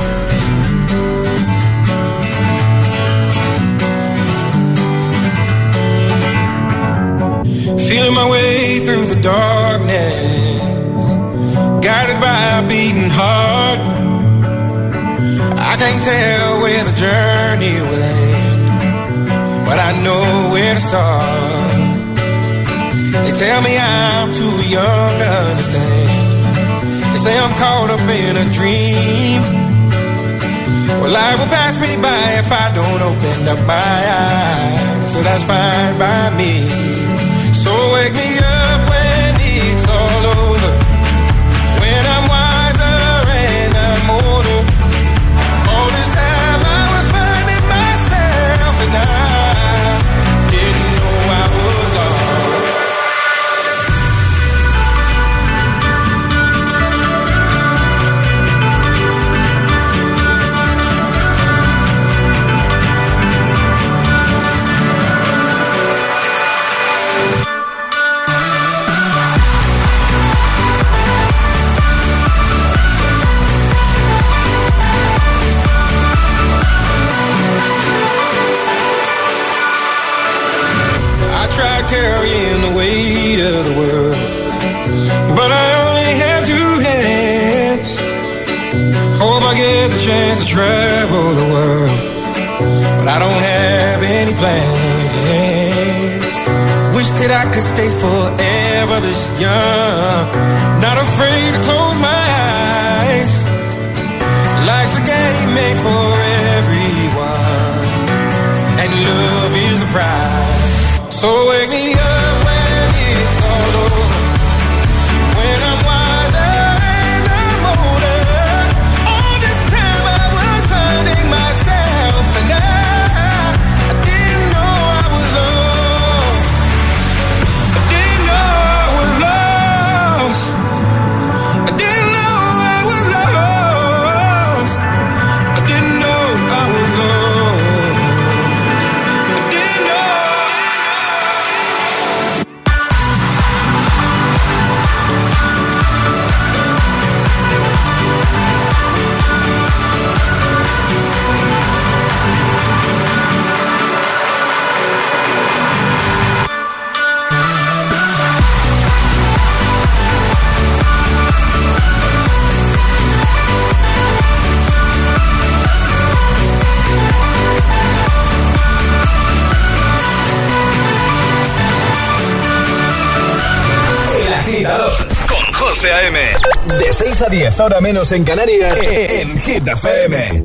Feeling my way through the darkness, guided by a beating heart. I can't tell where the journey will end, but I know where to start. They tell me I'm too young to understand. They say I'm caught up in a dream. Well, life will pass me by if I don't open up my eyes, so that's fine by me. So wake me up when it's all over, when I'm wiser and I'm older. All this time I was finding myself and I didn't know I was lost. Carrying the weight of the world, but I only have two hands. Hope I get the chance to travel the world, but I don't have any plans. Wish that I could stay forever this young, not afraid to close my eyes. Life's a game made for everyone, and love is the prize. So wake me up when it's all over, when I'm wiser and I'm older. All this time I was finding myself and I, I didn't know I was lost. I didn't know I was lost. I didn't know I was lost. I didn't know I was lost. Con José A M. De seis a diez, hora menos en Canarias, en Hit F M.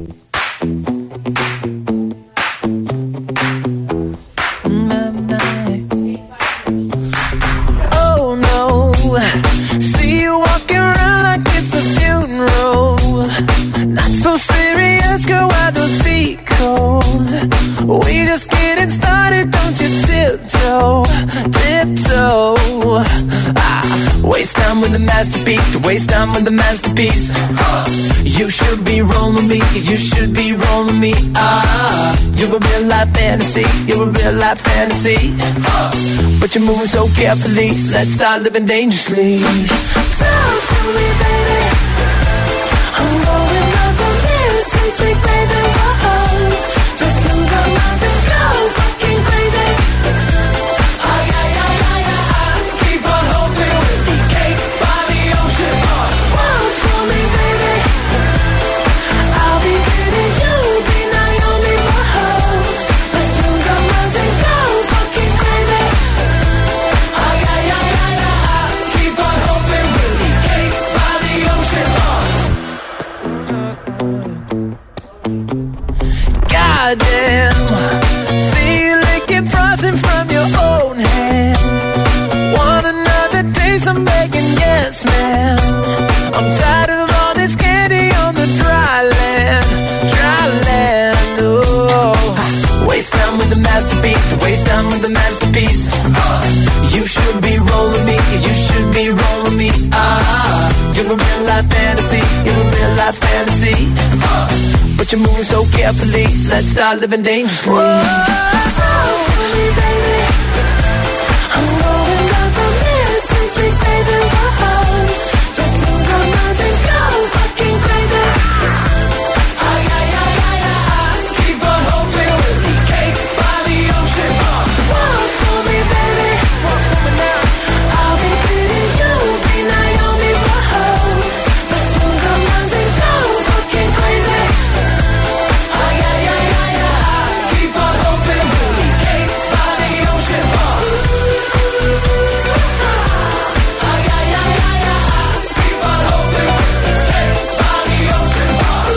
Oh no, see you walking around like it's a funeral. Not so serious, girl, why those feet cold? We just getting started, don't you tiptoe, tiptoe. Ah, waste time with the masterpiece, to waste time with the masterpiece. You should be rolling me, you should be rolling me. Ah, you're a real life fantasy, you're a real life fantasy. But you're moving so carefully, let's start living dangerously. Talk to me, baby. I'm going up on this, sweet, sweet baby. Whoa, let's lose our minds and go fucking crazy. Ay, ay, ay, ay, ay, keep on hoping we'll be cake by the ocean. Walk for me, baby. I'll be pretty, you'll be Naomi. Whoa, let's lose our minds and go fucking crazy. Ay, ay, ay, ay, ay, keep on hoping we'll be cake by the ocean. Goddamn, see you licking frosting from your own hands. Want another taste? I'm begging, yes, ma'am. I'm tired of all this candy on the dry land, dry land. Oh, waste time with the masterpiece, to waste time with the masterpiece. You should be rolling me, you should be rolling me. Ah, you're a real life fantasy, you're a real life fantasy. But you're moving so carefully, let's start living dangerously. Whoa, talk to me, baby. I'm going up on this, sweet, sweet baby. Whoa, let's lose our minds and go fucking crazy. Ay, ay, ay, ay, ay, keep on hoping we'll be cake by the ocean. Walk for me, baby. Walk for me now. I'll be pretty, you'll be Naomi. Whoa, let's lose our minds and go fucking crazy. Ay, ay, ay, ay, ay, keep on hoping we'll be cake by the ocean. Ay, ay, ay, ay, ay, keep on hoping we'll be cake by the ocean.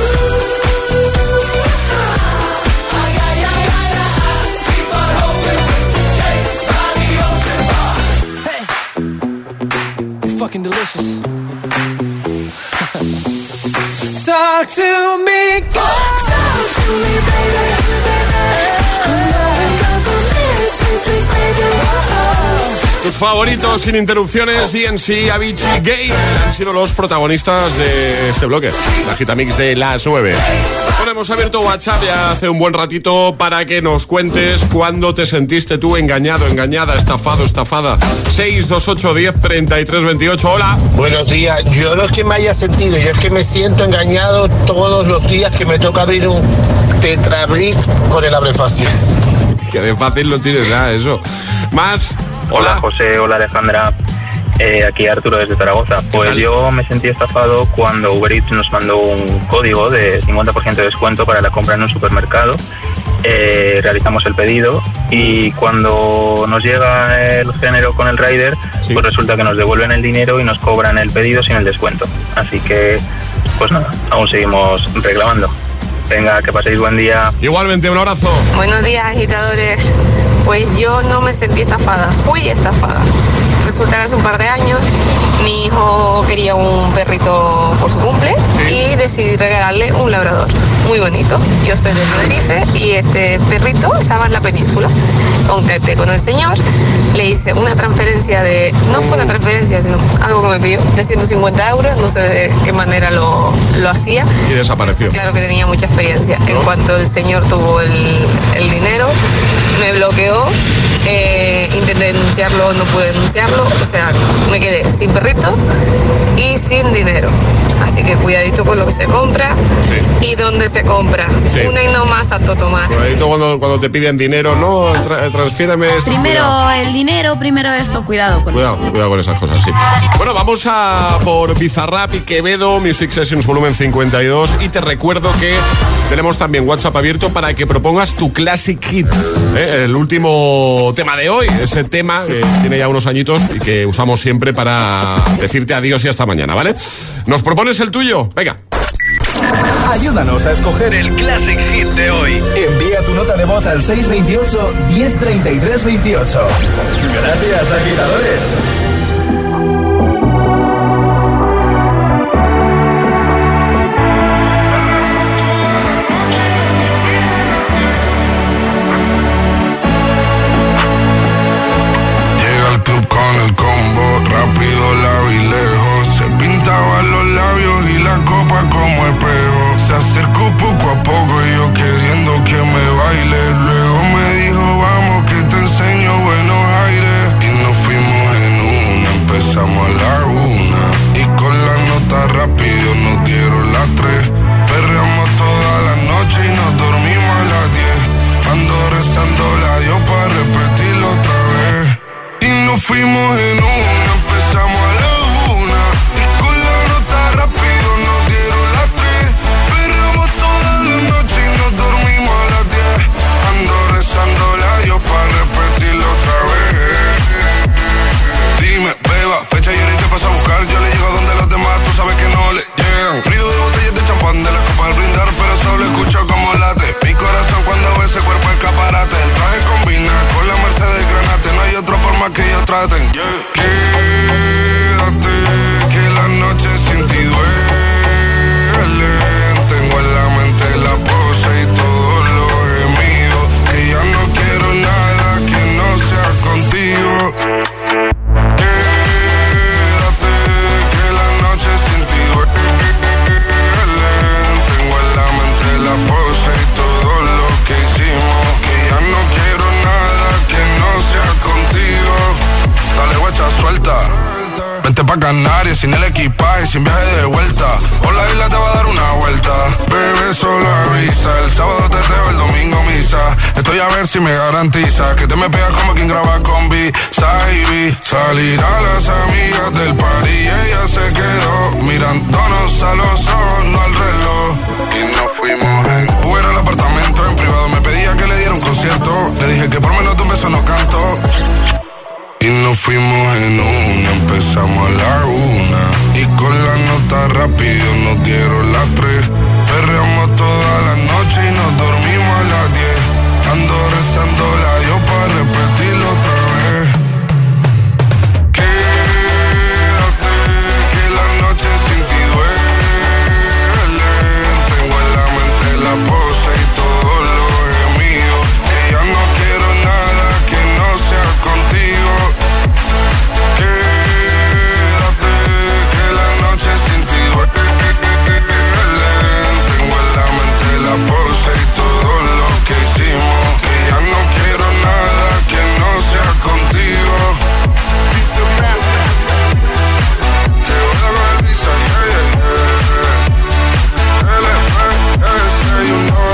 Ay, ay, ay, ay, ay, keep on hoping we'll be cake by the ocean. Hey, you're fucking delicious. Talk to me, God. Talk to me, baby. I'm going up on this, sweet, sweet baby. Whoa. Tus favoritos sin interrupciones, D N C, Avicii, Gay, han sido los protagonistas de este bloque, la Gitamix de las nueve. Bueno, hemos abierto WhatsApp ya hace un buen ratito para que nos cuentes cuándo te sentiste tú engañado, engañada, estafado, estafada. seis dos ocho diez treinta y tres veintiocho, hola. Buenos días, yo no es que me haya sentido, yo es que me siento engañado todos los días que me toca abrir un Tetrabric con el abre fácil. Que de fácil no tienes nada, eso. Más... Hola, hola José, hola Alejandra, eh, aquí Arturo desde Zaragoza. Pues yo me sentí estafado cuando Uber Eats nos mandó un código de cincuenta por ciento de descuento para la compra en un supermercado. Eh, realizamos el pedido y cuando nos llega el género con el rider, sí, pues resulta que nos devuelven el dinero y nos cobran el pedido sin el descuento. Así que, pues nada, aún seguimos reclamando. Venga, que paséis buen día. Igualmente, un abrazo. Buenos días, agitadores. Pues yo no me sentí estafada, fui estafada. Resulta que hace un par de años mi hijo quería un perrito por su cumple, sí, y decidí regalarle un labrador muy bonito. Yo soy de Tenerife y este perrito estaba en la península. Contacté con el señor, le hice una transferencia de, no fue una transferencia, sino algo que me pidió, de ciento cincuenta euros, no sé de qué manera lo, lo hacía. Y desapareció. Claro que tenía mucha experiencia. En cuanto el señor tuvo el, el dinero, me bloqueó. Eh, intenté denunciarlo, no pude denunciarlo, o sea, me quedé sin perrito y sin dinero. Así que cuidadito con lo que se compra, sí, y dónde se compra. Sí. Una y no más, Santo Tomás. Cuidadito cuando, cuando te piden dinero, no, tra transfiéreme esto. Primero cuidado. el dinero, primero esto, cuidado con cuidado, eso. Cuidado con esas cosas, sí. Bueno, vamos a por Bizarrap y Quevedo, Music Sessions volumen cincuenta y dos, y te recuerdo que tenemos también WhatsApp abierto para que propongas tu Classic Hit, ¿eh? El último tema de hoy, ese tema que tiene ya unos añitos y que usamos siempre para decirte adiós y hasta mañana, ¿vale? ¿Nos propones el tuyo? Venga. Ayúdanos a escoger el Classic Hit de hoy. Envía tu nota de voz al seis veintiocho, diez treinta y tres veintiocho. Gracias, agitadores. Llega al club con el combo, rápido la vi lejos. Vente pa' Canarias sin el equipaje, sin viaje de vuelta. Por la isla te va a dar una vuelta. Bebé, solo avisa. El sábado teteo, el domingo misa. Estoy a ver si me garantiza que te me pegas como quien graba con B-Side. Salir a las amigas del party y ella se quedó mirándonos a los ojos, no al reloj. Y nos fuimos en Uber al apartamento, en privado me pedía que le diera un concierto. Le dije que por menos de un beso no canto. Y nos fuimos en una, empezamos a la una. Y con la nota rápido nos dieron las tres. Perreamos toda la noche y nos dormimos a las diez. Ando rezándola yo para repetirlo otra vez. Quédate, que la noche sin ti duele. Tengo en la mente la pose y todo lo gemido. Que ya no quiero nada que no sea contigo. Quédate, que la noche sin ti duele. Tengo en la mente la pose y todo lo que hicimos. Que ya no quiero nada que no sea contigo. Que voy con el visa, yeah, yeah, yeah. L P S, you know.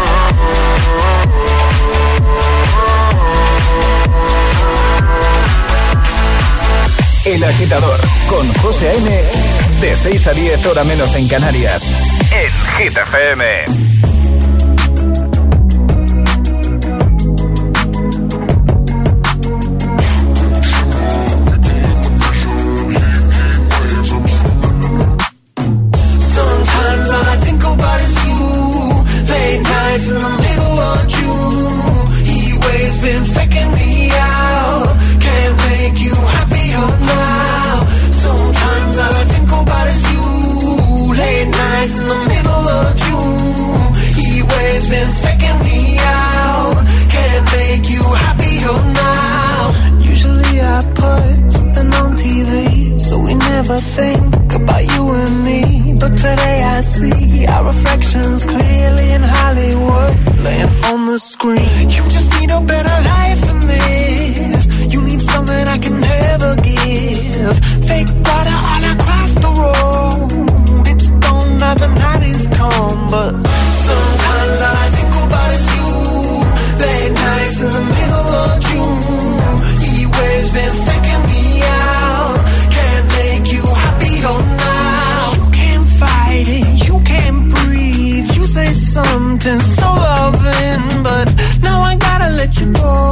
El Agitador, con José A M, de seis a diez, hora menos en Canarias, en Hit F M. Sometimes all I think about is you. Late nights in the middle of June. He always been faking me out. Can't make you happier now. Sometimes all I think about is you. Late nights in the middle of June. He always been faking me out. Can't make you happier now. Usually I put something on T V, so we never think about you and me. But today I see our reflections clearly in Hollywood, laying on the screen. You just need a better life than this. You need something I can never give. Fake water all across the road. It's gone now, the night is come. But sometimes all I think about is you. Late nights in the middle of June. He always been faking me out. Can't make you happier now. You can't fight it, you can't breathe. You say something so loving, but now I gotta let you go.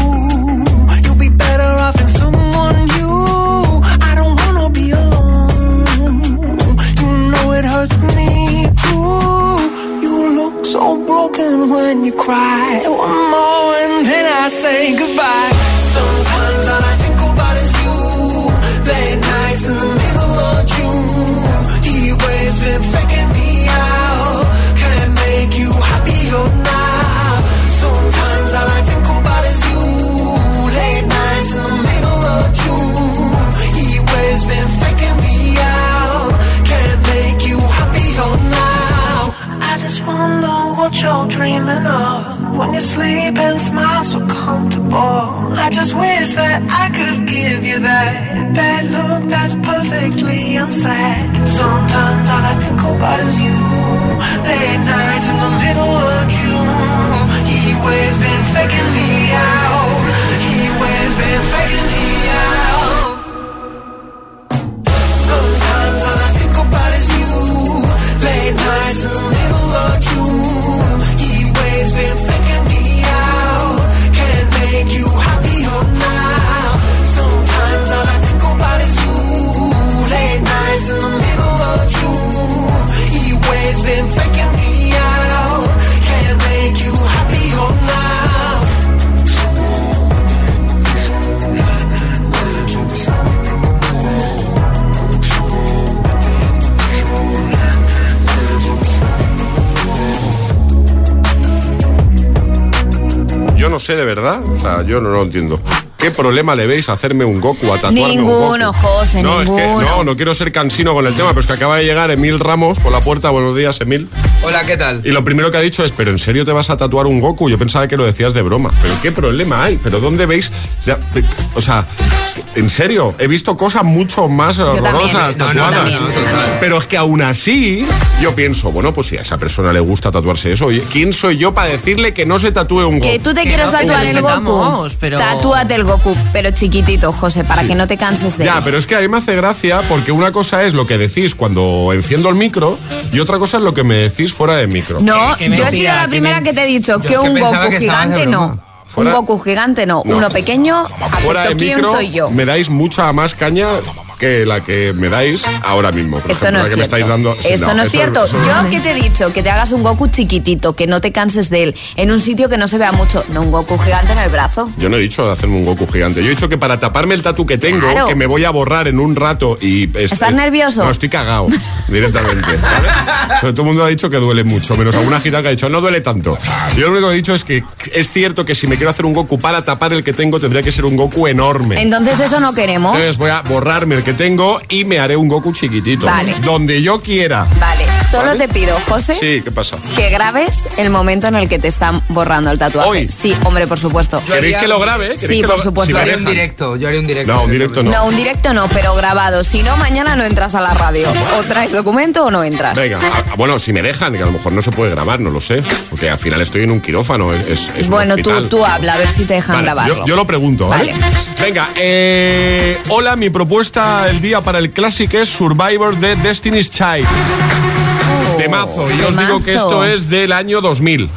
You'll be better off in someone new. I don't wanna be alone. You know it hurts me too. You look so broken when you cry. One more and then I say goodbye. Sometimes all I think about is you. Late nights in the middle of June. He always been faking me out. Can't make you happier now. Sometimes all I think about is you. Late nights in the middle of June. He always been faking me out. Can't make you happier now. I just wonder what you're dreaming of. When you sleep and smile so comfortable. I just wish that I could give you that that look that's perfectly unsaid. Sometimes all I think about is you. Late nights in the middle of June. He always been faking me out. He always been faking me out. Sometimes all I think about is you. Late nights in the middle of June. He always been faking me out. Can't make you happier now. Sometimes all I think about is you. Late nights in the middle of June. He always been faking me out. Can't make you happier now. Yo no sé de verdad, o sea, yo no lo entiendo. ¿Qué ¿qué problema le veis a hacerme un Goku, a tatuarme Ninguno, un Goku? José, no, ninguno. Es que, no, no quiero ser cansino con el tema, pero es que acaba de llegar Emil Ramos por la puerta. Buenos días, Emil. Hola, ¿qué tal? Y lo primero que ha dicho es, ¿pero en serio te vas a tatuar un Goku? Yo pensaba que lo decías de broma. ¿Pero qué problema hay? ¿Pero dónde veis? O sea, o sea en serio, he visto cosas mucho más horrorosas tatuadas. No, no, también, pero es que aún así, yo pienso, bueno, pues si a esa persona le gusta tatuarse eso, oye, ¿quién soy yo para decirle que no se tatúe un Goku? Que tú te quieres no, tatuar el Goku, pero... tatúate el Goku, pero chiquitito, José, para sí. que no te canses de Ya, él. pero es que a mí me hace gracia porque una cosa es lo que decís cuando enciendo el micro y otra cosa es lo que me decís fuera de micro. No, que, que yo he sido la primera que, me... que te he dicho que un Goku que gigante no. ¿Fuera? Un Goku gigante no, no. Uno pequeño, fuera de quién micro, soy yo. Me dais mucha más caña que la que me dais ahora mismo. Por esto ejemplo, no es que cierto. Me estáis dando... Sí, esto no, no es cierto. Eso, yo eso... que te he dicho que te hagas un Goku chiquitito, que no te canses de él, en un sitio que no se vea mucho, no un Goku gigante en el brazo. Yo no he dicho de hacerme un Goku gigante. Yo he dicho que para taparme el tatu que tengo, claro. que me voy a borrar en un rato y... Es, ¿Estás es, nervioso? No, estoy cagado directamente. ¿Vale? Pero todo el mundo ha dicho que duele mucho, menos alguna gitana que ha dicho no duele tanto. Yo lo único que he dicho es que es cierto que si me quiero hacer un Goku para tapar el que tengo, tendría que ser un Goku enorme. Entonces eso no queremos. Entonces voy a borrarme el que tengo y me haré un Goku chiquitito. Vale. Donde yo quiera. Vale. Solo ¿Vale? te pido, José. Sí, ¿qué pasa? Que grabes el momento en el que te están borrando el tatuaje. ¿Hoy? Sí, hombre, por supuesto. ¿Queréis que lo grabe? Sí, que por lo... supuesto. Si yo haría un directo, yo haría un directo. No, un directo no. No, un directo no, pero grabado. Si no, mañana no entras a la radio. O traes documento o no entras. Venga, a, bueno, si me dejan, que a lo mejor no se puede grabar, no lo sé. Porque al final estoy en un quirófano, es, es Bueno, un tú, tú habla, a ver si te dejan vale, grabarlo. Yo, yo lo pregunto, ¿vale? Vale. Venga, eh, hola, mi propuesta el día para el Classic es Survivor de Destiny's Child. Oh, temazo, y os digo que esto es del año dos mil.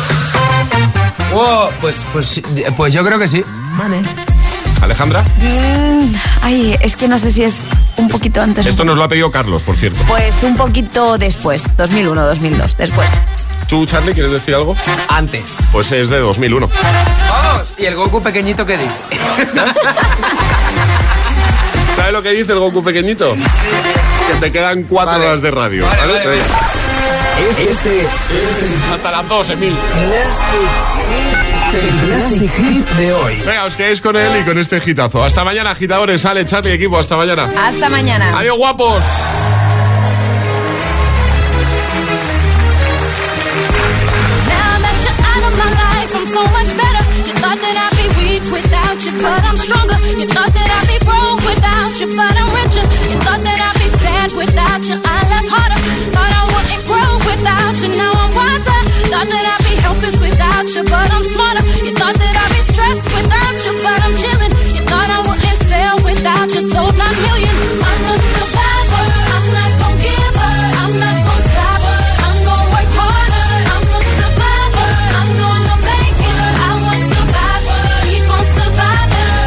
Oh, pues, pues, pues yo creo que sí. Vale. ¿Alejandra? Mm, ay, es que no sé si es un poquito antes. Esto nos lo ha pedido Carlos, por cierto. Pues un poquito después, dos mil uno, dos mil dos, después. ¿Tú, Charlie, quieres decir algo? Antes. Pues es de dos mil uno. Vamos, ¿y el Goku pequeñito qué dice? ¿Sabes lo que dice el Goku pequeñito? Sí. Que te quedan cuatro vale. horas de radio. Vale, ¿vale? Vale, vale. Este, este es hasta las dos, Emil. El Classic Hit de hoy. Venga, os quedáis con él y con este hitazo. Hasta mañana, agitadores. Sale, Charlie, equipo. Hasta mañana. Hasta mañana. Adiós, guapos. But I'm stronger. You thought that I'd be broke without you, but I'm richer. You thought that I'd be sad without you, I left harder. Thought I wouldn't grow without you, now I'm wiser. Thought that I'd be helpless without you, but I'm smarter. You thought that I'd be stressed without you, but I'm chilling. You thought I wouldn't sell without you, sold nine million. I'm a survivor. I'm not gon' give up. I'm not gon' stop. I'm gon' work harder. I'm a survivor. I'm gonna make it. I was survivor. Keep on surviving.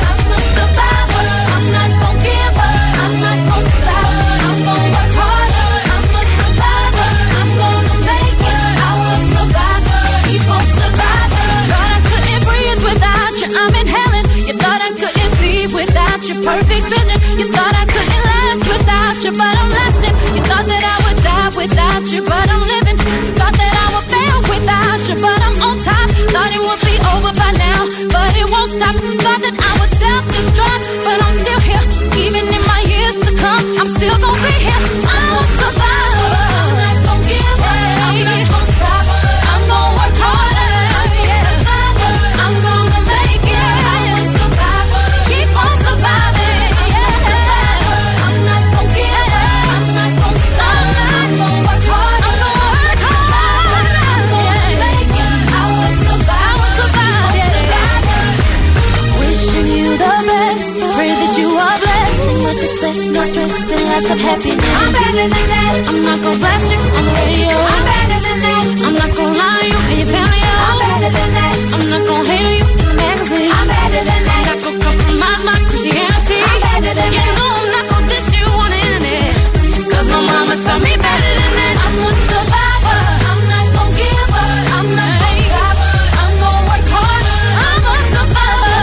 Perfect vision. You thought I couldn't last without you, but I'm lasting. You thought that I would die without you, but I'm living. Thought that I would fail without you, but I'm on top. Thought it would be over by now, but it won't stop. Thought that I would self-destruct, but I'm still here. Even in my years to come, I'm still gonna be here. I'm a survivor. I'm not gonna give up. I'm not gonna stop. I'm gonna work harder. I'm a survivor. I'm gonna make it. I'm a survivor. Keep on surviving. No stress and lots of happiness. I'm better than that. I'm not gonna blast you on the radio. I'm better than that. I'm not gonna lie you in your paleo. I'm better than that. I'm not gonna hate on you in the magazine. I'm better than that. I'm not gonna compromise my Christianity. I'm better than that. You know I'm not gonna dish you on the internet. Cause my mama taught me better than that. I'm a survivor. I'm not gonna give up. I'm not gonna stop. I'm gonna work harder. I'm a survivor.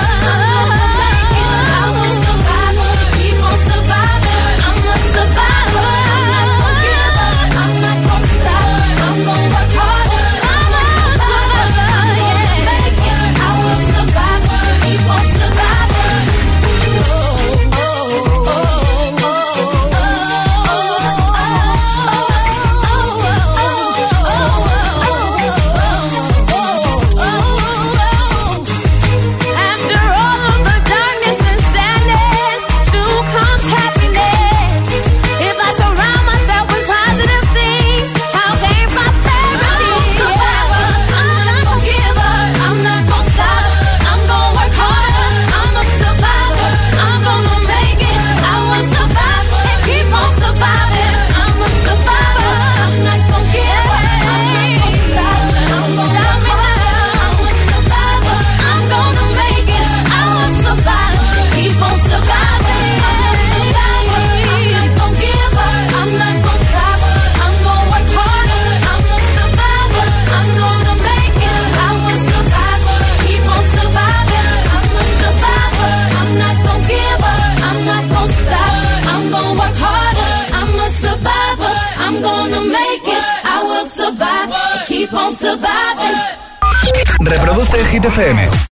Survivor. survive, keep on surviving. Reproduce Hit F M.